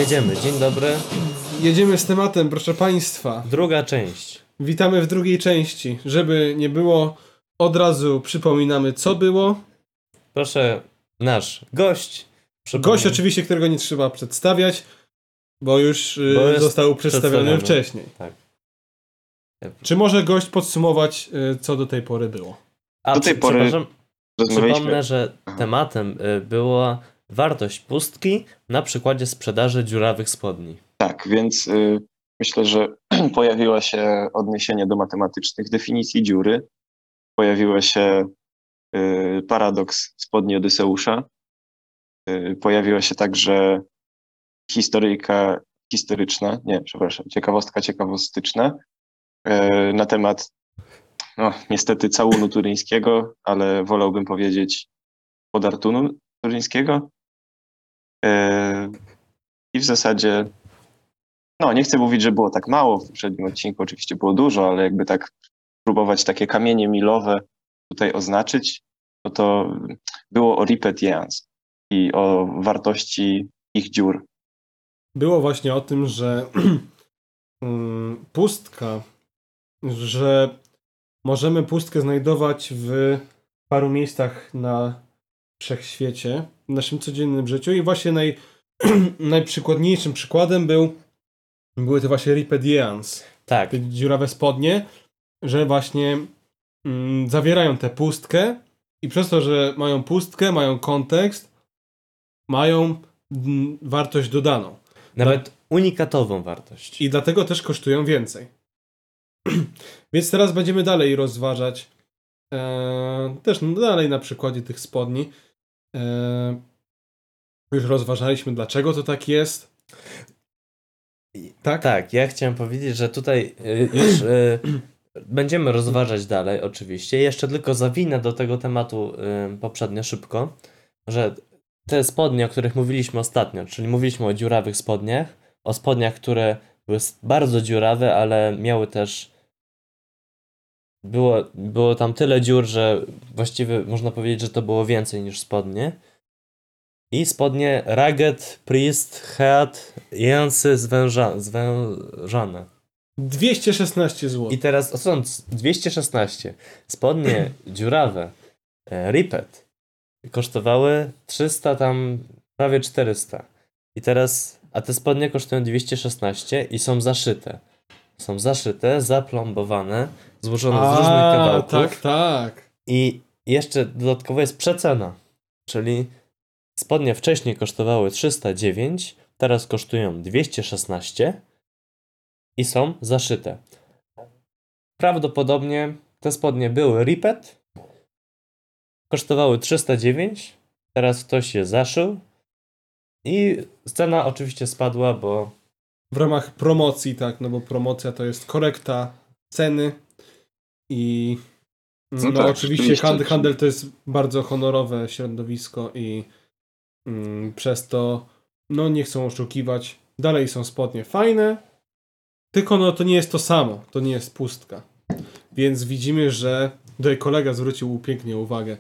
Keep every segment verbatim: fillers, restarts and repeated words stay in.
jedziemy. Dzień dobry. Jedziemy z tematem, proszę Państwa. Druga część. Witamy w drugiej części. Żeby nie było, od razu przypominamy, co było. Proszę, nasz gość. Gość oczywiście, którego nie trzeba przedstawiać, bo już bo y, został przedstawiony wcześniej. Tak. Czy może gość podsumować, y, co do tej pory było? A do tej przy, pory przypomnę, że tematem y, była wartość pustki na przykładzie sprzedaży dziurawych spodni. Tak, więc y, myślę, że pojawiło się odniesienie do matematycznych definicji dziury. Pojawiło się y, paradoks spodni Odyseusza. Y, pojawiła się także historyjka historyczna, nie, przepraszam, ciekawostka ciekawostyczna y, na temat, no niestety, całunu turyńskiego, ale wolałbym powiedzieć podartunu turyńskiego. Y, I w zasadzie, no nie chcę mówić, że było tak mało, w poprzednim odcinku oczywiście było dużo, ale jakby tak próbować takie kamienie milowe tutaj oznaczyć, no to było o Ripet Jeans i o wartości ich dziur. Było właśnie o tym, że pustka, że możemy pustkę znajdować w paru miejscach na wszechświecie, w naszym codziennym życiu i właśnie naj, najprzykładniejszym przykładem był były to właśnie Ripet Jeans. Tak. Te dziurawe spodnie, że właśnie mm, zawierają tę pustkę i przez to, że mają pustkę, mają kontekst, mają mm, wartość dodaną. Nawet Dla... unikatową wartość. I dlatego też kosztują więcej. Więc teraz będziemy dalej rozważać e, też no, dalej na przykładzie tych spodni. E, już rozważaliśmy, dlaczego to tak jest. Tak? Tak, ja chciałem powiedzieć, że tutaj y, już y, będziemy rozważać dalej oczywiście. Jeszcze tylko zawinę do tego tematu y, poprzednio szybko, że te spodnie, o których mówiliśmy ostatnio, czyli mówiliśmy o dziurawych spodniach, o spodniach, które były bardzo dziurawe, ale miały też było, było tam tyle dziur, że właściwie można powiedzieć, że to było więcej niż spodnie. I spodnie Ragged, Priest, Head, Jeansy zwęża, zwężane. dwieście szesnaście złotych. I teraz o, są dwieście szesnaście. Spodnie dziurawe e, Ripet kosztowały trzysta, tam prawie czterysta. I teraz, a te spodnie kosztują dwieście szesnaście i są zaszyte. Są zaszyte, zaplombowane, złożone a, z różnych kawałków. Tak, tak. I jeszcze dodatkowo jest przecena. Czyli spodnie wcześniej kosztowały trzysta dziewięć, teraz kosztują dwieście szesnaście i są zaszyte. Prawdopodobnie te spodnie były Ripet, kosztowały trzysta dziewięć, teraz ktoś je zaszył i cena oczywiście spadła, bo... W ramach promocji, tak, no bo promocja to jest korekta ceny i no, no tak, oczywiście handel, handel to jest bardzo honorowe środowisko i mm, przez to no nie chcą oszukiwać. Dalej są spodnie fajne, tylko no to nie jest to samo, to nie jest pustka. Więc widzimy, że tutaj kolega zwrócił pięknie uwagę,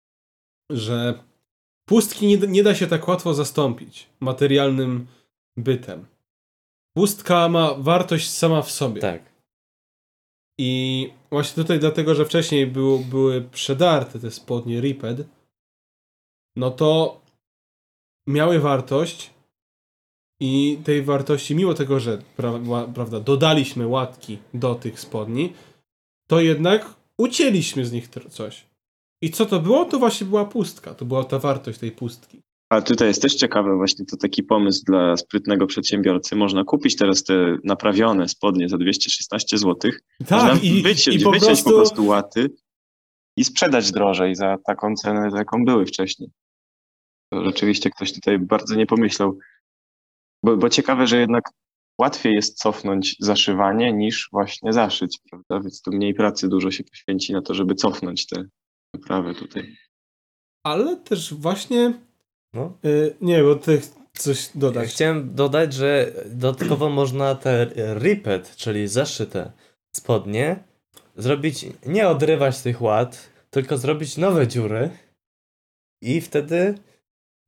że pustki nie, nie da się tak łatwo zastąpić materialnym bytem. Pustka ma wartość sama w sobie. Tak. I właśnie tutaj dlatego, że wcześniej był, były przedarte te spodnie Ripet, no to miały wartość i tej wartości, mimo tego, że pra, prawda, dodaliśmy łatki do tych spodni, to jednak ucięliśmy z nich coś. I co to było? To właśnie była pustka. To była ta wartość tej pustki. A tutaj jest też ciekawe właśnie, to taki pomysł dla sprytnego przedsiębiorcy. Można kupić teraz te naprawione spodnie za dwieście szesnaście złotych. Tak, można i, wyciąć, i po, wyciąć prostu... po prostu łaty i sprzedać drożej za taką cenę, za jaką były wcześniej. To rzeczywiście ktoś tutaj bardzo nie pomyślał. Bo, bo ciekawe, że jednak łatwiej jest cofnąć zaszywanie niż właśnie zaszyć, prawda? Więc tu mniej pracy dużo się poświęci na to, żeby cofnąć te naprawy tutaj. Ale też właśnie no. yy, nie, bo ty coś dodać. Chciałem dodać, że dodatkowo można te Ripet, czyli zaszyte spodnie, zrobić, nie odrywać tych łat, tylko zrobić nowe dziury i wtedy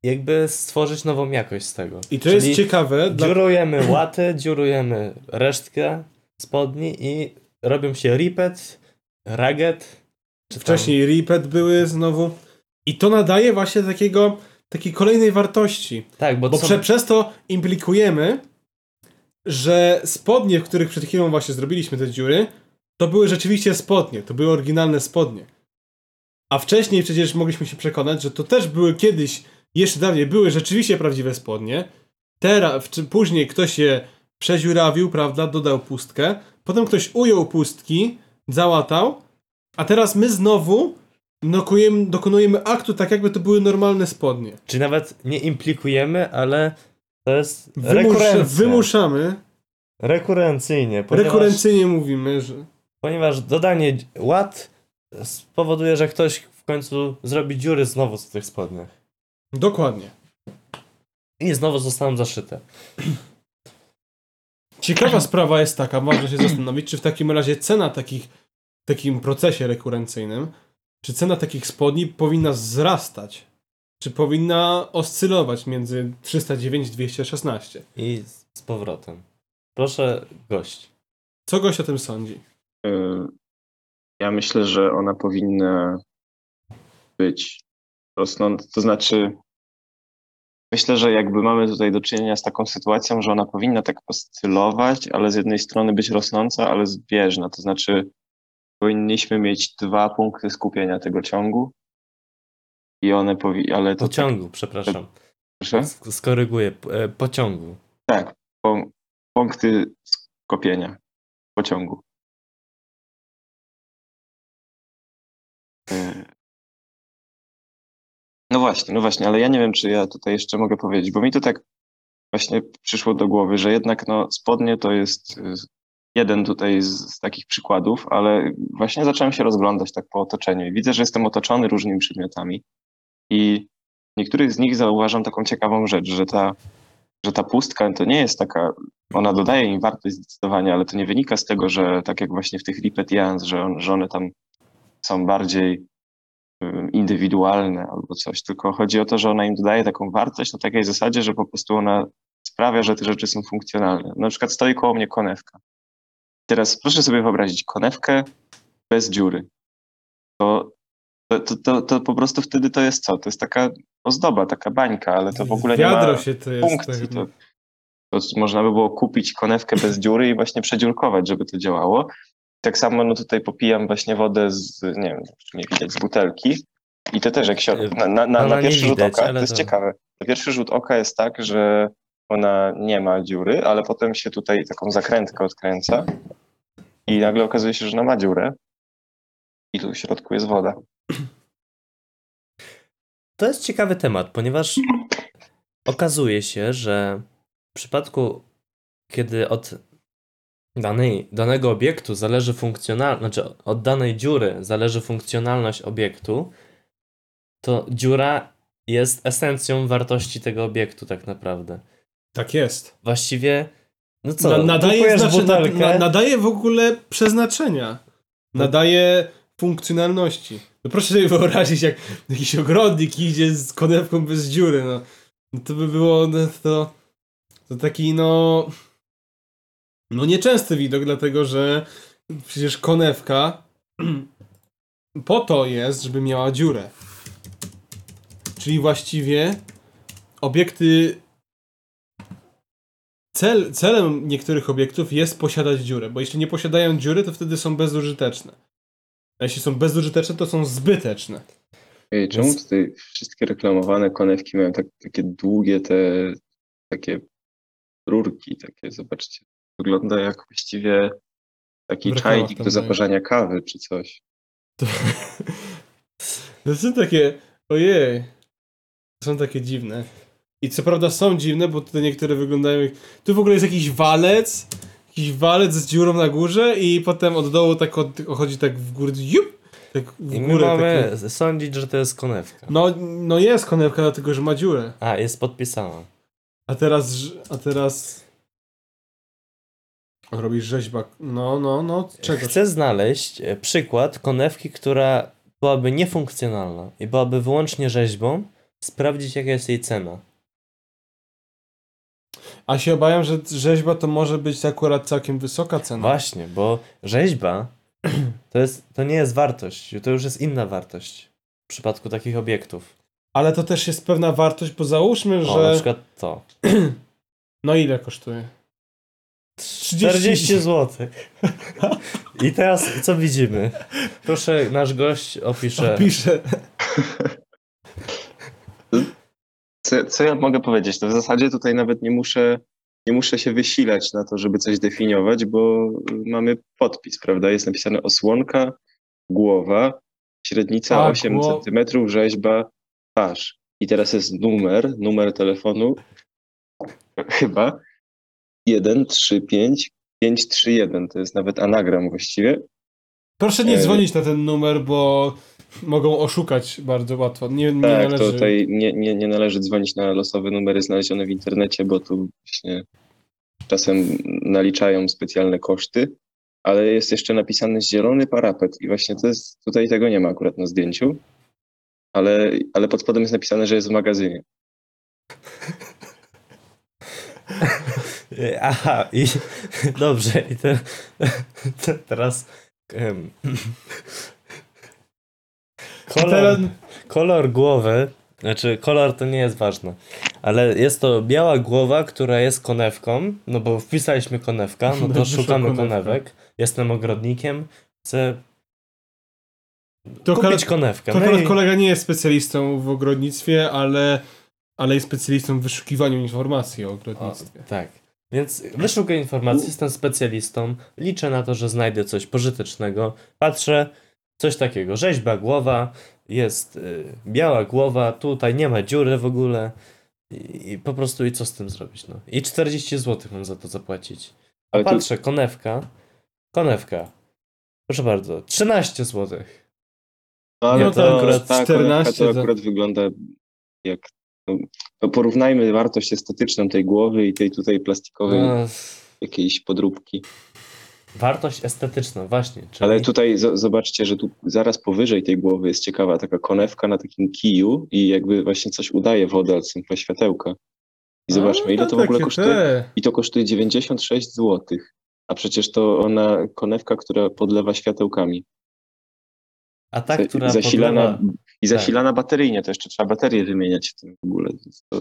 jakby stworzyć nową jakość z tego. I to Czyli jest ciekawe. Dla... dziurujemy łaty, dziurujemy resztkę spodni i robią się repeat, ragged. Czy Wcześniej tam... repeat były znowu. I to nadaje właśnie takiego, takiej kolejnej wartości. Tak, bo, bo są... prze, przez to implikujemy, że spodnie, w których przed chwilą właśnie zrobiliśmy te dziury, to były rzeczywiście spodnie, to były oryginalne spodnie. A wcześniej przecież mogliśmy się przekonać, że to też były kiedyś, jeszcze dawniej, były rzeczywiście prawdziwe spodnie. Teraz, czy później ktoś je przeziurawił, prawda, dodał pustkę, potem ktoś ujął pustki, załatał, a teraz my znowu dokujemy, dokonujemy aktu tak, jakby to były normalne spodnie. Czyli nawet nie implikujemy, ale to jest Wymusz, rekurencja. Wymuszamy. Rekurencyjnie. Ponieważ, Rekurencyjnie mówimy, że... Ponieważ dodanie łat spowoduje, że ktoś w końcu zrobi dziury znowu w tych spodniach. Dokładnie. I znowu zostaną zaszyte. Ciekawa sprawa jest taka, można się zastanowić, czy w takim razie cena takich, w takim procesie rekurencyjnym, czy cena takich spodni powinna wzrastać? Czy powinna oscylować między trzysta dziewięć a dwieście szesnaście? I z powrotem. Proszę, gość. Co gość o tym sądzi? Ja myślę, że ona powinna być rosnąca. To znaczy, myślę, że jakby mamy tutaj do czynienia z taką sytuacją, że ona powinna tak oscylować, ale z jednej strony być rosnąca, ale zbieżna. To znaczy, powinniśmy mieć dwa punkty skupienia tego ciągu i one powinny... ale to Pociągu, tak... przepraszam. Proszę? Skoryguję. Pociągu. Tak, po, punkty skupienia pociągu. No właśnie, no właśnie, ale ja nie wiem, czy ja tutaj jeszcze mogę powiedzieć, bo mi to tak właśnie przyszło do głowy, że jednak no spodnie to jest jeden tutaj z, z takich przykładów, ale właśnie zacząłem się rozglądać tak po otoczeniu i widzę, że jestem otoczony różnymi przedmiotami i niektórych z nich zauważam taką ciekawą rzecz, że ta, że ta pustka to nie jest taka, ona dodaje im wartość zdecydowanie, ale to nie wynika z tego, że tak jak właśnie w tych Ripetians, że, on, że one tam są bardziej indywidualne albo coś, tylko chodzi o to, że ona im dodaje taką wartość na takiej zasadzie, że po prostu ona sprawia, że te rzeczy są funkcjonalne. Na przykład stoi koło mnie konewka. Teraz proszę sobie wyobrazić konewkę bez dziury. To, to, to, to, to po prostu wtedy to jest co? To jest taka ozdoba, taka bańka, ale to w ogóle nie ma się to jest funkcji. To, to można by było kupić konewkę bez dziury i właśnie przedziurkować, żeby to działało. Tak samo no tutaj popijam właśnie wodę z, nie wiem, czy nie widać, z butelki i to też jak się, na, na, na, na pierwszy rzut oka, to jest to... ciekawe, na pierwszy rzut oka jest tak, że ona nie ma dziury, ale potem się tutaj taką zakrętkę odkręca i nagle okazuje się, że ona ma dziurę i tu w środku jest woda. To jest ciekawy temat, ponieważ okazuje się, że w przypadku, kiedy od Danej, danego obiektu zależy funkcjonalność, znaczy od danej dziury zależy funkcjonalność obiektu, to dziura jest esencją wartości tego obiektu tak naprawdę. Tak jest. Właściwie, no co, na, nadaje, znaczy, butelkę... na, nadaje w ogóle przeznaczenia. Nadaje funkcjonalności. No proszę sobie wyobrazić, jak jakiś ogrodnik idzie z konewką bez dziury, no. no to by było, no, to, to taki, no... No nieczęsty widok, dlatego że przecież konewka po to jest, żeby miała dziurę. Czyli właściwie obiekty... Cel, celem niektórych obiektów jest posiadać dziurę, bo jeśli nie posiadają dziury, to wtedy są bezużyteczne. A jeśli są bezużyteczne, to są zbyteczne. Ej, czemu Więc... tutaj wszystkie reklamowane konewki mają tak, takie długie te takie rurki, takie, zobaczcie. Wygląda jak właściwie taki czajnik do zaparzania kawy czy coś. To, to są takie, ojej, to są takie dziwne. I co prawda są dziwne, bo tutaj niektóre wyglądają jak... Tu w ogóle jest jakiś walec, jakiś walec z dziurą na górze i potem od dołu tak od, chodzi tak w górę, jup, tak w I górę. my mamy takie... sądzić, że to jest konewka. No, no jest konewka, dlatego że ma dziurę. A, jest podpisana. A teraz, a teraz... Robisz rzeźba. No, no, no. Czego? Chcę znaleźć przykład konewki, która byłaby niefunkcjonalna i byłaby wyłącznie rzeźbą, sprawdzić, jaka jest jej cena. A się obawiam, że rzeźba to może być akurat całkiem wysoka cena. Właśnie, bo rzeźba to, jest, to nie jest wartość, to już jest inna wartość w przypadku takich obiektów. Ale to też jest pewna wartość, bo załóżmy, O, że... na przykład to. No ile kosztuje? czterdzieści złotych. I teraz co widzimy? Proszę, nasz gość opisze. Opiszę. Co, co ja mogę powiedzieć? To w zasadzie tutaj nawet nie muszę, nie muszę się wysilać na to, żeby coś definiować, bo mamy podpis, prawda? Jest napisane osłonka, głowa, średnica A, osiem gło- centymetrów, rzeźba, twarz. I teraz jest numer, numer telefonu, chyba, jeden trzy pięć pięć trzy jeden. To jest nawet anagram właściwie. Proszę nie E, dzwonić na ten numer, bo mogą oszukać bardzo łatwo. Nie, nie Tak, należy... to tutaj nie, nie, nie należy dzwonić na losowe numery znalezione w internecie, bo tu właśnie czasem naliczają specjalne koszty, ale jest jeszcze napisany zielony parapet i właśnie to jest, tutaj tego nie ma akurat na zdjęciu, ale, ale pod spodem jest napisane, że jest w magazynie. Aha, i dobrze, i te, te, teraz em, kolor, Teraz... kolor głowy, znaczy kolor to nie jest ważne, ale jest to biała głowa, która jest konewką, no bo wpisaliśmy konewka, no to Wyszła szukamy konewka. konewek, jestem ogrodnikiem, chcę To, kupić akurat, konewkę. to No akurat i- kolega nie jest specjalistą w ogrodnictwie, ale, ale jest specjalistą w wyszukiwaniu informacji o O, ogrodnictwie. tak. Więc wyszukaj informacji, jestem specjalistą, liczę na to, że znajdę coś pożytecznego. Patrzę, coś takiego, rzeźba głowa, jest y, biała głowa, tutaj nie ma dziury w ogóle i, i po prostu i co z tym zrobić, no. I czterdzieści złotych mam za to zapłacić. A Ale tu, patrzę, konewka, konewka, proszę bardzo, trzynaście złotych. no, ale No to, to akurat, akurat ta czternaście konewka to to- akurat wygląda jak... No, to porównajmy wartość estetyczną tej głowy i tej tutaj plastikowej No, jakiejś podróbki. wartość estetyczna, właśnie. Czyli... Ale tutaj z- zobaczcie, że tu zaraz powyżej tej głowy jest ciekawa taka konewka na takim kiju i jakby właśnie coś udaje wodę, ale są dwa światełka. I zobaczmy, ile to w ogóle takie kosztuje. te. I to kosztuje dziewięćdziesiąt sześć złotych. A przecież to ona konewka, która podlewa światełkami. A ta, która zasilana, podlewa... I zasilana bateryjnie, to jeszcze trzeba baterię wymieniać w tym w ogóle. Więc to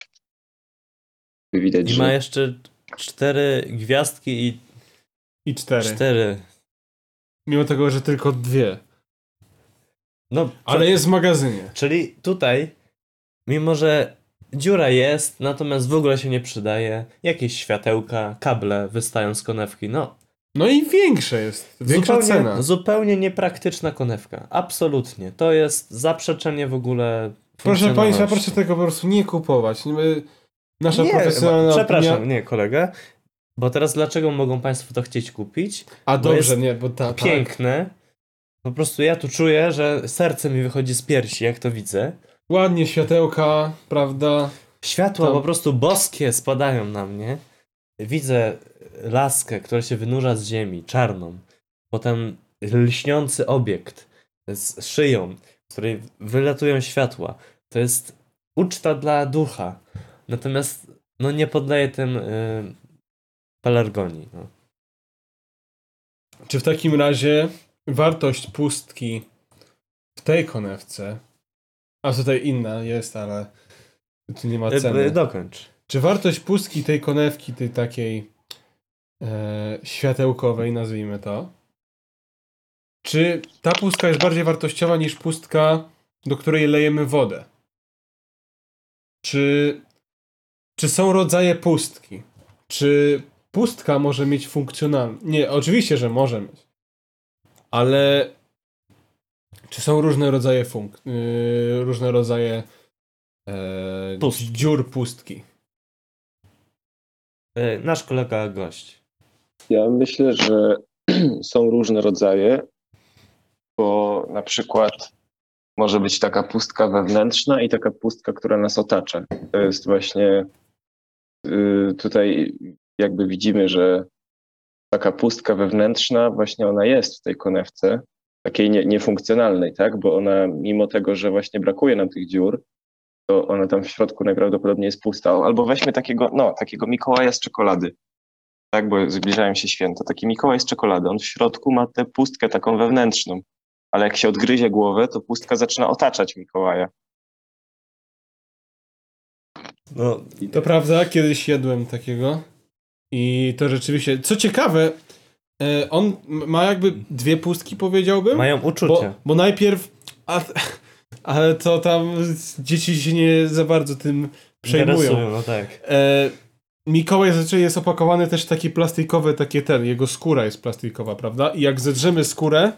widać, I że... ma jeszcze cztery gwiazdki i I cztery. cztery. Mimo tego, że tylko dwie. No, Ale jest w magazynie. czyli tutaj, mimo że dziura jest, natomiast w ogóle się nie przydaje, jakieś światełka, kable wystają z konewki, no. No i większe jest. Większa zupełnie, cena. zupełnie niepraktyczna konewka. Absolutnie. To jest zaprzeczenie w ogóle Proszę Państwa, funkcjonalności. proszę tego po prostu nie kupować. My, nasza Nie, profesjonalna przepraszam, opinia... nie, kolega. Bo teraz dlaczego mogą Państwo to chcieć kupić? A bo dobrze, jest nie, bo ta, tak. Piękne. Po prostu ja tu czuję, że serce mi wychodzi z piersi, jak to widzę. Ładnie światełka, prawda? Światła Tam- po prostu boskie spadają na mnie. Widzę laskę, która się wynurza z ziemi, czarną. Potem lśniący obiekt z szyją, z której wylatują światła. To jest uczta dla ducha. Natomiast no nie poddaję tym y, pelargonii. No. Czy w takim razie wartość pustki w tej konewce, a tutaj inna jest, ale tu nie ma Y, y, ceny. dokończ. Czy wartość pustki tej konewki, tej takiej e, światełkowej, nazwijmy to, czy ta pustka jest bardziej wartościowa niż pustka, do której lejemy wodę? Czy, czy są rodzaje pustki? Czy pustka może mieć funkcjonalność? Nie, oczywiście, że może mieć. Ale czy są różne rodzaje funk... Yy, różne rodzaje e, Pustki. dziur pustki? Y, nasz kolega gość. Ja myślę, że są różne rodzaje, bo na przykład może być taka pustka wewnętrzna i taka pustka, która nas otacza. To jest właśnie y, tutaj jakby widzimy, że taka pustka wewnętrzna właśnie ona jest w tej konewce, takiej nie, niefunkcjonalnej, tak? Bo ona mimo tego, że właśnie brakuje nam tych dziur, to ona tam w środku najprawdopodobniej jest pusta. Albo weźmy takiego, no, takiego Mikołaja z czekolady. Tak, bo zbliżają się święta. Taki Mikołaj z czekolady. On w środku ma tę pustkę taką wewnętrzną. Ale jak się odgryzie głowę, to pustka zaczyna otaczać Mikołaja. No, To prawda, kiedyś jadłem takiego i to rzeczywiście, co ciekawe, e, on ma jakby dwie pustki, powiedziałbym. mają Bo, uczucie. bo najpierw, a, ale to tam dzieci się nie za bardzo tym przejmują. Interesują, no tak. E, Mikołaj zazwyczaj jest opakowany też w takie plastikowe, takie ten, jego skóra jest plastikowa, prawda? I jak zedrzemy skórę,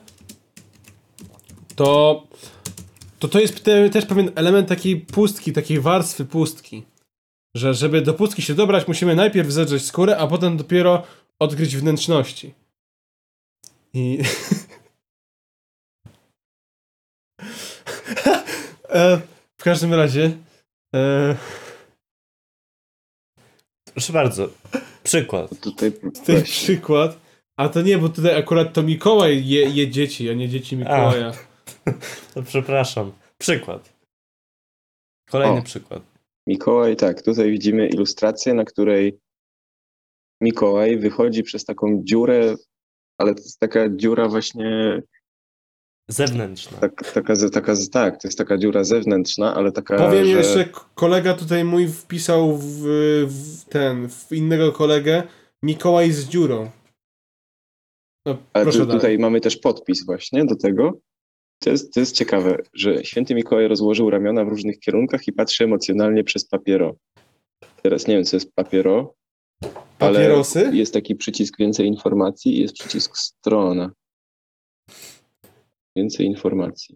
to to, to jest te, też pewien element takiej pustki, takiej warstwy pustki. Że żeby do pustki się dobrać, musimy najpierw zedrzeć skórę, a potem dopiero odgryźć wnętrzności. I... e, w każdym razie... E, Proszę bardzo, przykład. Tutaj ten przykład... A to nie, bo tutaj akurat to Mikołaj je, je dzieci, a nie dzieci Mikołaja. To przepraszam. Przykład. Kolejny O. przykład. Mikołaj, tak, tutaj widzimy ilustrację, na której Mikołaj wychodzi przez taką dziurę, ale to jest taka dziura właśnie, Zewnętrzna. tak, taka, taka, tak, to jest taka dziura zewnętrzna, ale taka, Powiem że... jeszcze, k- kolega tutaj mój wpisał w, w ten, w innego kolegę Mikołaj z dziurą. No, Ale proszę tu, dalej. tutaj mamy też podpis właśnie do tego. To jest, to jest ciekawe, że święty Mikołaj rozłożył ramiona w różnych kierunkach i patrzy emocjonalnie przez papiero. Teraz nie wiem, co jest papiero, Papierosy? ale jest taki przycisk więcej informacji i jest przycisk strona. Więcej informacji.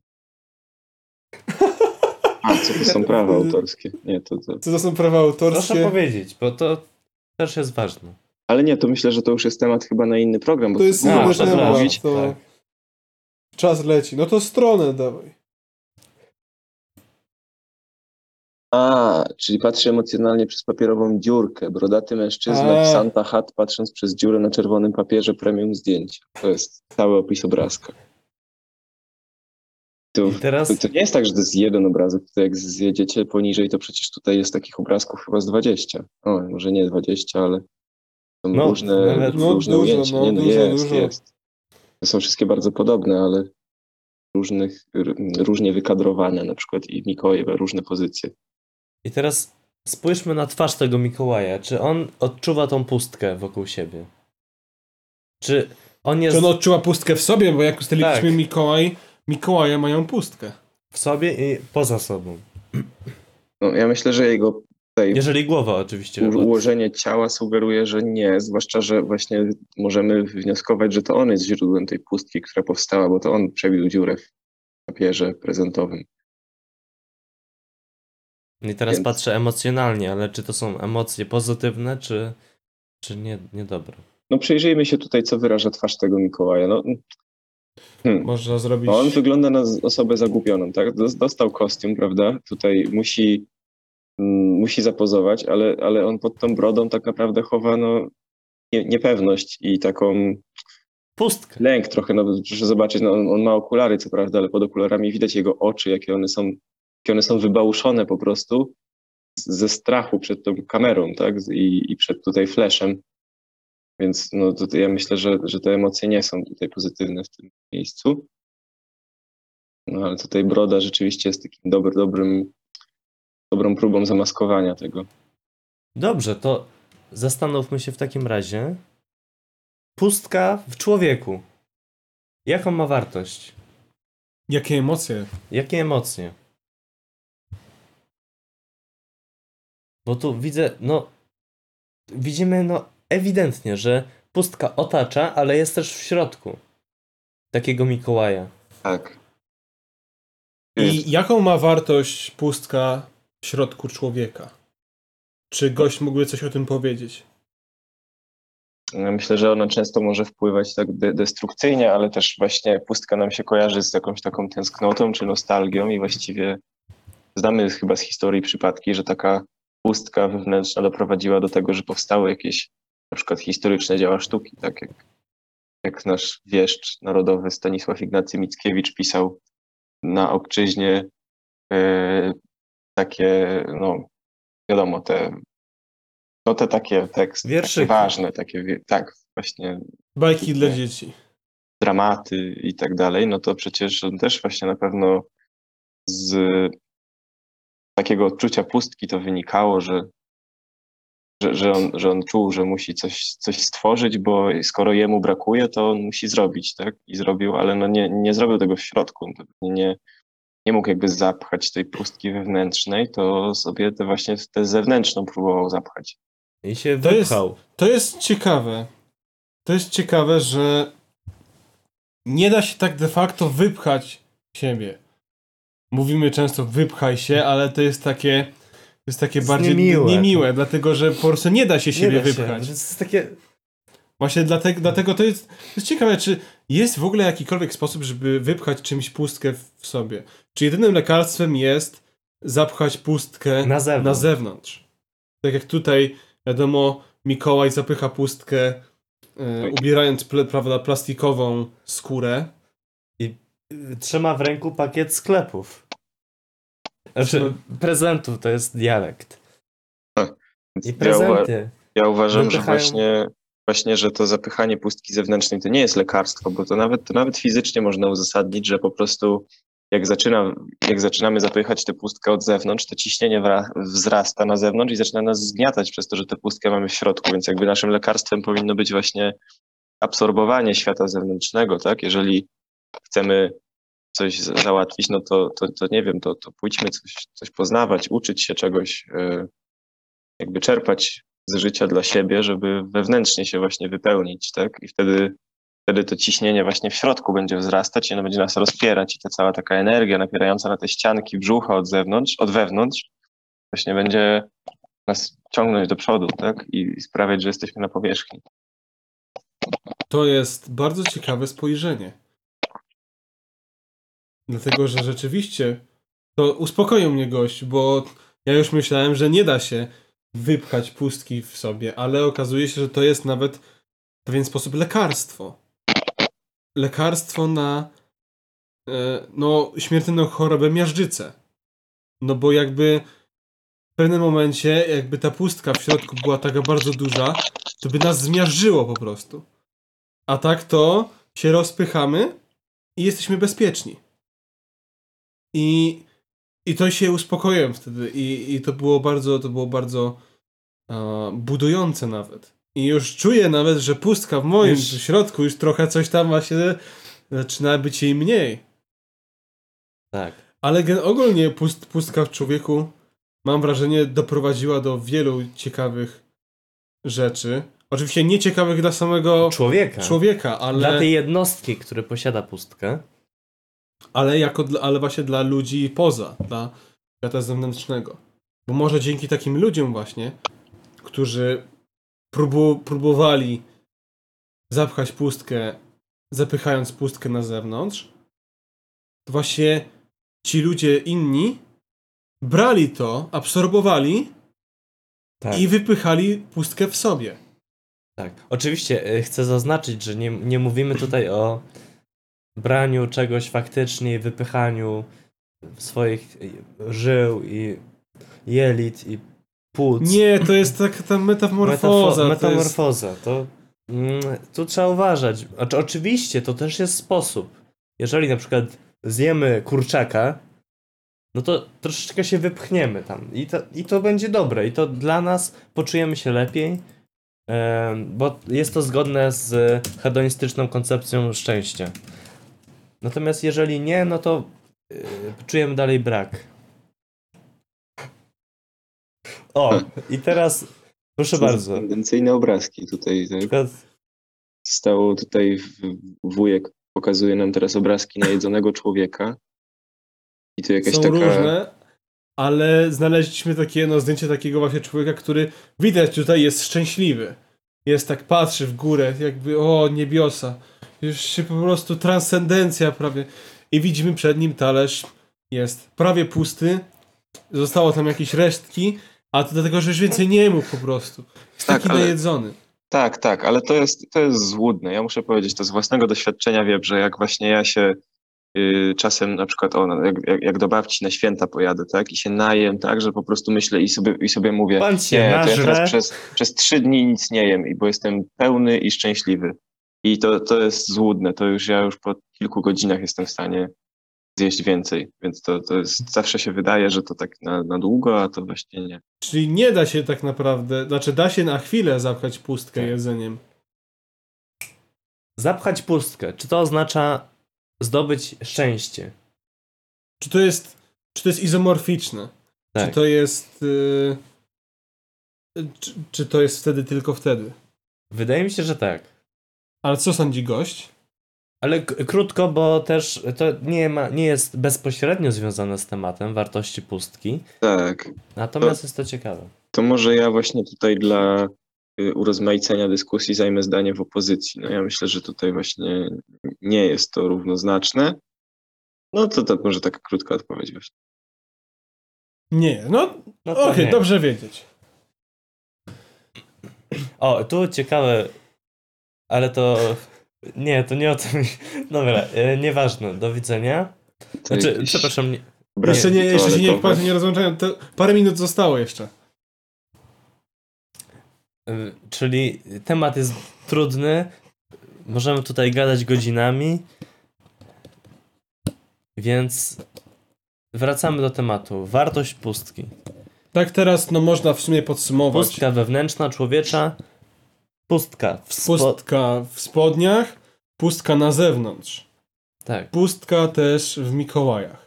A, co to są prawa autorskie? Nie, to, to... Co to są prawa autorskie? Proszę powiedzieć, bo to też jest ważne. Ale nie, to myślę, że to już jest temat chyba na inny program. Bo To jest A, inny to temat. mówić? To... Tak. Czas leci. No to stronę dawaj. A, czyli patrzy emocjonalnie przez papierową dziurkę. Brodaty mężczyzna A. w Santa Hat, patrząc przez dziurę na czerwonym papierze premium zdjęcia. To jest cały opis obrazka. To, I teraz- to, to nie jest tak, że to jest jeden obrazek. To jak zjedziecie poniżej, to przecież tutaj jest takich obrazków chyba z dwadzieścia. O, może nie dwadzieścia, ale są No, różne, nawet- no, różne dużo, ujęcia. no, nie, no, dużo, jest, dużo. jest. To są wszystkie bardzo podobne, ale różnych, r- różnie wykadrowane, na przykład i Mikołaj ma różne pozycje. I teraz spójrzmy na twarz tego Mikołaja. Czy on odczuwa tą pustkę wokół siebie? Czy on jest Czy on odczuwa pustkę w sobie, bo jak ustaliliśmy Tak. Mikołaj, Mikołaje mają pustkę. w sobie i poza sobą? No, ja myślę, że jego tutaj Jeżeli głowa oczywiście. u- bo- ułożenie ciała sugeruje, że nie, zwłaszcza, że właśnie możemy wnioskować, że to on jest źródłem tej pustki, która powstała, bo to on przebił dziurę w papierze prezentowym. I teraz Więc- patrzę emocjonalnie, ale czy to są emocje pozytywne, czy, czy nie, niedobre? No przyjrzyjmy się tutaj, co wyraża twarz tego Mikołaja. No, hmm. Można zrobić... No, on wygląda na z- osobę zagubioną, tak? Dos- Dostał kostium, prawda? Tutaj musi, mm, musi zapozować, ale, ale on pod tą brodą tak naprawdę chowa no, nie, niepewność i taką Pustkę. lęk trochę. No, proszę zobaczyć, no, on, on ma okulary, co prawda, ale pod okularami widać jego oczy, jakie one są, jakie one są wybałuszone po prostu z- ze strachu przed tą kamerą, tak? Z- I, i przed tutaj flashem. Więc no, tutaj ja myślę, że, że te emocje nie są tutaj pozytywne w tym miejscu. No ale tutaj broda rzeczywiście jest takim dobry, dobrym, dobrą próbą zamaskowania tego. Dobrze, to zastanówmy się w takim razie. Pustka w człowieku. Jaką ma wartość? Jakie emocje? Jakie emocje? Bo tu widzę, no, widzimy, no, ewidentnie, że pustka otacza, ale jest też w środku takiego Mikołaja. Tak. I jaką ma wartość pustka w środku człowieka? Czy gość mógłby coś o tym powiedzieć? Ja myślę, że ona często może wpływać tak de- destrukcyjnie, ale też właśnie pustka nam się kojarzy z jakąś taką tęsknotą czy nostalgią i właściwie znamy chyba z historii przypadki, że taka pustka wewnętrzna doprowadziła do tego, że powstały jakieś na przykład historyczne dzieła sztuki, tak jak, jak nasz wieszcz narodowy Stanisław Ignacy Mickiewicz pisał na obczyźnie e, takie, no wiadomo, te, no te takie teksty, takie Wierszyki. ważne, takie, wie- tak, właśnie Bajki dla Nie. dzieci. dramaty i tak dalej, no to przecież on też właśnie na pewno z takiego odczucia pustki to wynikało, że, że, że, on, że on czuł, że musi coś, coś stworzyć, bo skoro jemu brakuje, to on musi zrobić, tak? I zrobił, ale no nie, nie zrobił tego w środku. To nie, nie mógł jakby zapchać tej pustki wewnętrznej, to sobie te właśnie tę zewnętrzną próbował zapchać. I się To jest- wypchał. To jest ciekawe. To jest ciekawe, że nie da się tak de facto wypchać siebie. Mówimy często wypchaj się, ale to jest takie to jest takie jest bardziej niemiłe. niemiłe, dlatego że po prostu nie da się siebie Nie da się. wypchać. To jest takie... Właśnie dlatego, dlatego to, jest, to jest ciekawe, czy jest w ogóle jakikolwiek sposób, żeby wypchać czymś pustkę w sobie. Czy jedynym lekarstwem jest zapchać pustkę Na zewnątrz. na zewnątrz. Tak jak tutaj, wiadomo, Mikołaj zapycha pustkę, e, ubierając ple, prawda, plastikową skórę. y, Trzyma w ręku pakiet sklepów. Znaczy, Trzyma- prezentów to jest dialekt. Więc I ja, uwa- prezenty. ja uważam, że Wypychają- właśnie, właśnie, że to zapychanie pustki zewnętrznej to nie jest lekarstwo, bo to nawet, to nawet fizycznie można uzasadnić, że po prostu jak, zaczyna, jak zaczynamy zapychać tę pustkę od zewnątrz, to ciśnienie wra- wzrasta na zewnątrz i zaczyna nas zgniatać przez to, że tę pustkę mamy w środku, więc jakby naszym lekarstwem powinno być właśnie absorbowanie świata zewnętrznego, tak? Jeżeli chcemy coś za- załatwić, no to, to, to nie wiem, to, to pójdźmy coś, coś poznawać, uczyć się czegoś, yy, jakby czerpać z życia dla siebie, żeby wewnętrznie się właśnie wypełnić, tak? I wtedy, wtedy to ciśnienie właśnie w środku będzie wzrastać i ono będzie nas rozpierać i ta cała taka energia napierająca na te ścianki brzucha od zewnątrz, od wewnątrz właśnie będzie nas ciągnąć do przodu, tak? I sprawiać, że jesteśmy na powierzchni. To jest bardzo ciekawe spojrzenie. Dlatego, że rzeczywiście to uspokoił mnie gość, bo ja już myślałem, że nie da się wypchać pustki w sobie, ale okazuje się, że to jest nawet w pewien sposób lekarstwo. Lekarstwo na e, no, śmiertelną chorobę miażdżycę. No bo jakby w pewnym momencie, jakby ta pustka w środku była taka bardzo duża, to by nas zmiażdżyło po prostu. A tak to się rozpychamy i jesteśmy bezpieczni. I, i to się uspokoiłem wtedy. I, i to było bardzo, to było bardzo e, budujące nawet. I już czuję nawet, że pustka w moim Już- środku już trochę coś tam właśnie zaczyna być jej mniej. Tak. Ale gen- ogólnie pust, pustka w człowieku, mam wrażenie, doprowadziła do wielu ciekawych rzeczy. Oczywiście nie ciekawych dla samego Człowieka. człowieka, ale, Dla tej jednostki, który posiada pustkę. ale, jako dla, ale właśnie dla ludzi poza, dla świata zewnętrznego. Bo może dzięki takim ludziom właśnie, którzy próbu, próbowali zapchać pustkę, zapychając pustkę na zewnątrz, to właśnie ci ludzie inni brali to, absorbowali Tak. i wypychali pustkę w sobie. Tak. Oczywiście y, chcę zaznaczyć, że nie, nie mówimy tutaj o braniu czegoś faktycznie i wypychaniu swoich y, żył i jelit i płuc. Nie, to jest taka ta metamorfoza. Metafo- to jest... metamorfoza. To, mm, tu trzeba uważać. Znaczy, oczywiście to też jest sposób. Jeżeli na przykład zjemy kurczaka, no to troszeczkę się wypchniemy tam i to, i to będzie dobre i to dla nas poczujemy się lepiej, em, bo jest to zgodne z hedonistyczną koncepcją szczęścia. Natomiast jeżeli nie, no to yy, czujemy dalej brak. O, i teraz proszę bardzo. Tendencyjne obrazki tutaj. Na Tak? przykład Stało tutaj w- wujek pokazuje nam teraz obrazki najedzonego człowieka. I tu jakaś Są taka... różne, ale znaleźliśmy takie no, zdjęcie takiego właśnie człowieka, który widać tutaj jest szczęśliwy. Jest tak, patrzy w górę, jakby o niebiosa. Już się po prostu transcendencja prawie. I widzimy przed nim talerz jest prawie pusty. Zostało tam jakieś resztki, a to dlatego, że już więcej nie mógł po prostu. Jest Tak, taki ale- najedzony. Tak, tak, ale to jest, to jest złudne. Ja muszę powiedzieć, to z własnego doświadczenia wiem, że jak właśnie ja się yy, czasem na przykład o, jak, jak, jak do babci na święta pojadę, tak, i się najem, tak, że po prostu myślę i sobie, i sobie mówię, Pan się nie, to ja nażre. teraz przez, przez trzy dni nic nie jem, i bo jestem pełny i szczęśliwy. I to, to jest złudne, to już ja już po kilku godzinach jestem w stanie zjeść więcej, więc to, to jest, zawsze się wydaje, że to tak na, na długo, a to właśnie nie. Czyli nie da się tak naprawdę, znaczy da się na chwilę zapchać pustkę Tak. jedzeniem. Zapchać pustkę. Czy to oznacza zdobyć szczęście? Czy to jest, czy to jest izomorficzne? Tak. Czy to jest... Yy, czy, czy to jest wtedy tylko wtedy? Wydaje mi się, że tak. Ale co sądzi gość? Ale k- krótko, bo też to nie, ma, nie jest bezpośrednio związane z tematem wartości pustki. Tak. Natomiast jest to ciekawe. To może ja właśnie tutaj dla y, urozmaicenia dyskusji zajmę zdanie w opozycji. No ja myślę, że tutaj właśnie nie jest to równoznaczne. No to, to może taka krótka odpowiedź właśnie. Nie, no, No to okej, nie. dobrze wiedzieć. O, tu ciekawe, ale to... Nie, to nie o tym... Dobra, e, nieważne. Do widzenia. To Znaczy, jakieś przepraszam, nie, braki Jeszcze nie, jeszcze się nie, toaletowe. nie rozłączają, to parę minut zostało jeszcze. y, czyli temat jest trudny. Możemy tutaj gadać godzinami. Więc wracamy do tematu. Wartość pustki. Tak teraz, no można w sumie podsumować. Pustka wewnętrzna, człowiecza. Pustka w spo... Pustka w spodniach, pustka na zewnątrz. Tak. Pustka też w Mikołajach.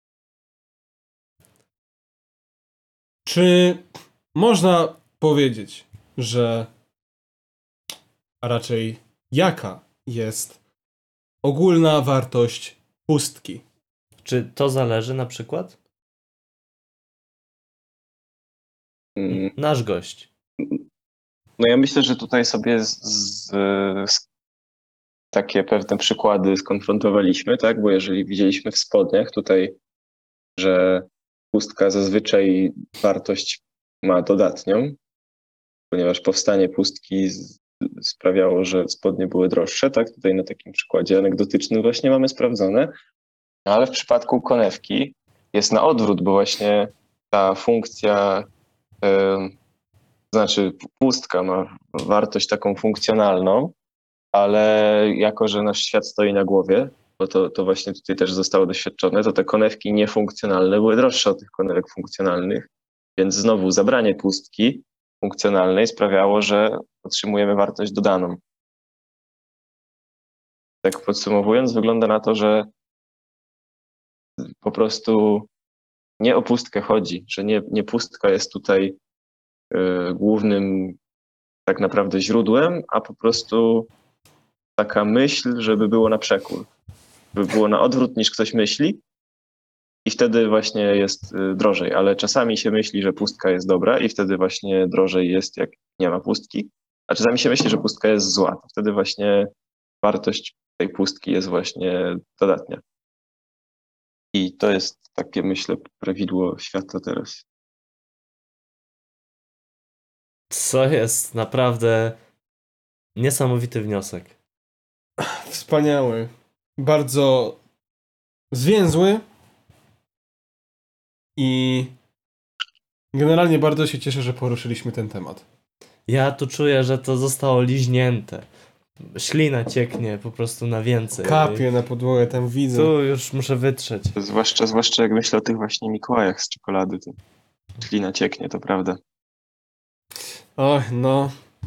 Czy można powiedzieć, że a raczej jaka jest ogólna wartość pustki? Czy to zależy na przykład? Mm, Nasz gość. No ja myślę, że tutaj sobie z, z, z takie pewne przykłady skonfrontowaliśmy, tak? Bo jeżeli widzieliśmy w spodniach tutaj, że pustka zazwyczaj wartość ma dodatnią, ponieważ powstanie pustki z, sprawiało, że spodnie były droższe, tak? Tutaj na takim przykładzie anegdotycznym właśnie mamy sprawdzone. Ale w przypadku konewki jest na odwrót, bo właśnie ta funkcja, yy, znaczy pustka ma wartość taką funkcjonalną, ale jako, że nasz świat stoi na głowie, bo to, to właśnie tutaj też zostało doświadczone, to te konewki niefunkcjonalne były droższe od tych konewek funkcjonalnych, więc znowu zabranie pustki funkcjonalnej sprawiało, że otrzymujemy wartość dodaną. Tak podsumowując, wygląda na to, że po prostu nie o pustkę chodzi, że nie, nie pustka jest tutaj y, głównym tak naprawdę źródłem, a po prostu taka myśl, żeby było na przekór, żeby było na odwrót niż ktoś myśli i wtedy właśnie jest y, drożej, ale czasami się myśli, że pustka jest dobra i wtedy właśnie drożej jest, jak nie ma pustki, a czasami się myśli, że pustka jest zła, to wtedy właśnie wartość tej pustki jest właśnie dodatnia. I to jest takie, myślę, prawidło świata teraz. Co jest naprawdę niesamowity wniosek. Wspaniały. Bardzo zwięzły. I generalnie bardzo się cieszę, że poruszyliśmy ten temat. Ja tu czuję, że to zostało liźnięte. Ślina cieknie po prostu na więcej. Kapie na podłogę, tam widzę. Tu już muszę wytrzeć. Zwłaszcza, zwłaszcza jak myślę o tych właśnie Mikołajach z czekolady, to ślina cieknie, to prawda. Oj, no.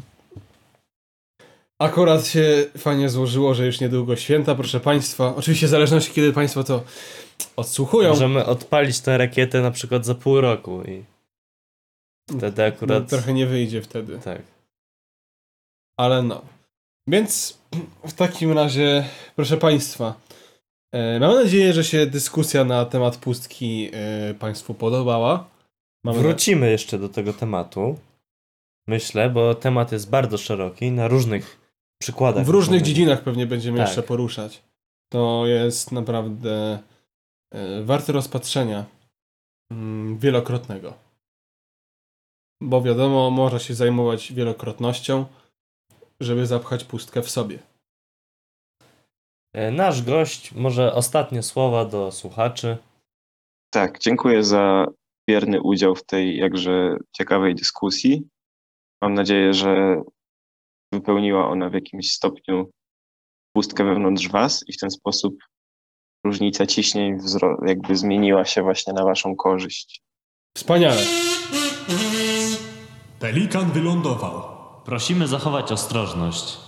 Akurat się fajnie złożyło, że już niedługo święta, proszę Państwa. Oczywiście w zależności kiedy Państwo to odsłuchują. Możemy odpalić tę rakietę na przykład za pół roku i wtedy akurat... No, trochę nie wyjdzie wtedy. Tak. Ale no. Więc w takim razie, proszę Państwa, e, mam nadzieję, że się dyskusja na temat pustki e, Państwu podobała. Mamy Wrócimy jeszcze do tego tematu. Myślę, bo temat jest bardzo szeroki, na różnych przykładach. W różnych możemy- dziedzinach pewnie będziemy Tak. jeszcze poruszać. To jest naprawdę e, warte rozpatrzenia mm, wielokrotnego. Bo wiadomo, można się zajmować wielokrotnością, żeby zapchać pustkę w sobie. nasz gość, może ostatnie słowa do słuchaczy. Tak, dziękuję za bierny udział w tej jakże ciekawej dyskusji. Mam nadzieję, że wypełniła ona w jakimś stopniu pustkę wewnątrz was i w ten sposób różnica ciśnień wzro- jakby zmieniła się właśnie na waszą korzyść. Wspaniale. Pelikan wylądował. Prosimy zachować ostrożność.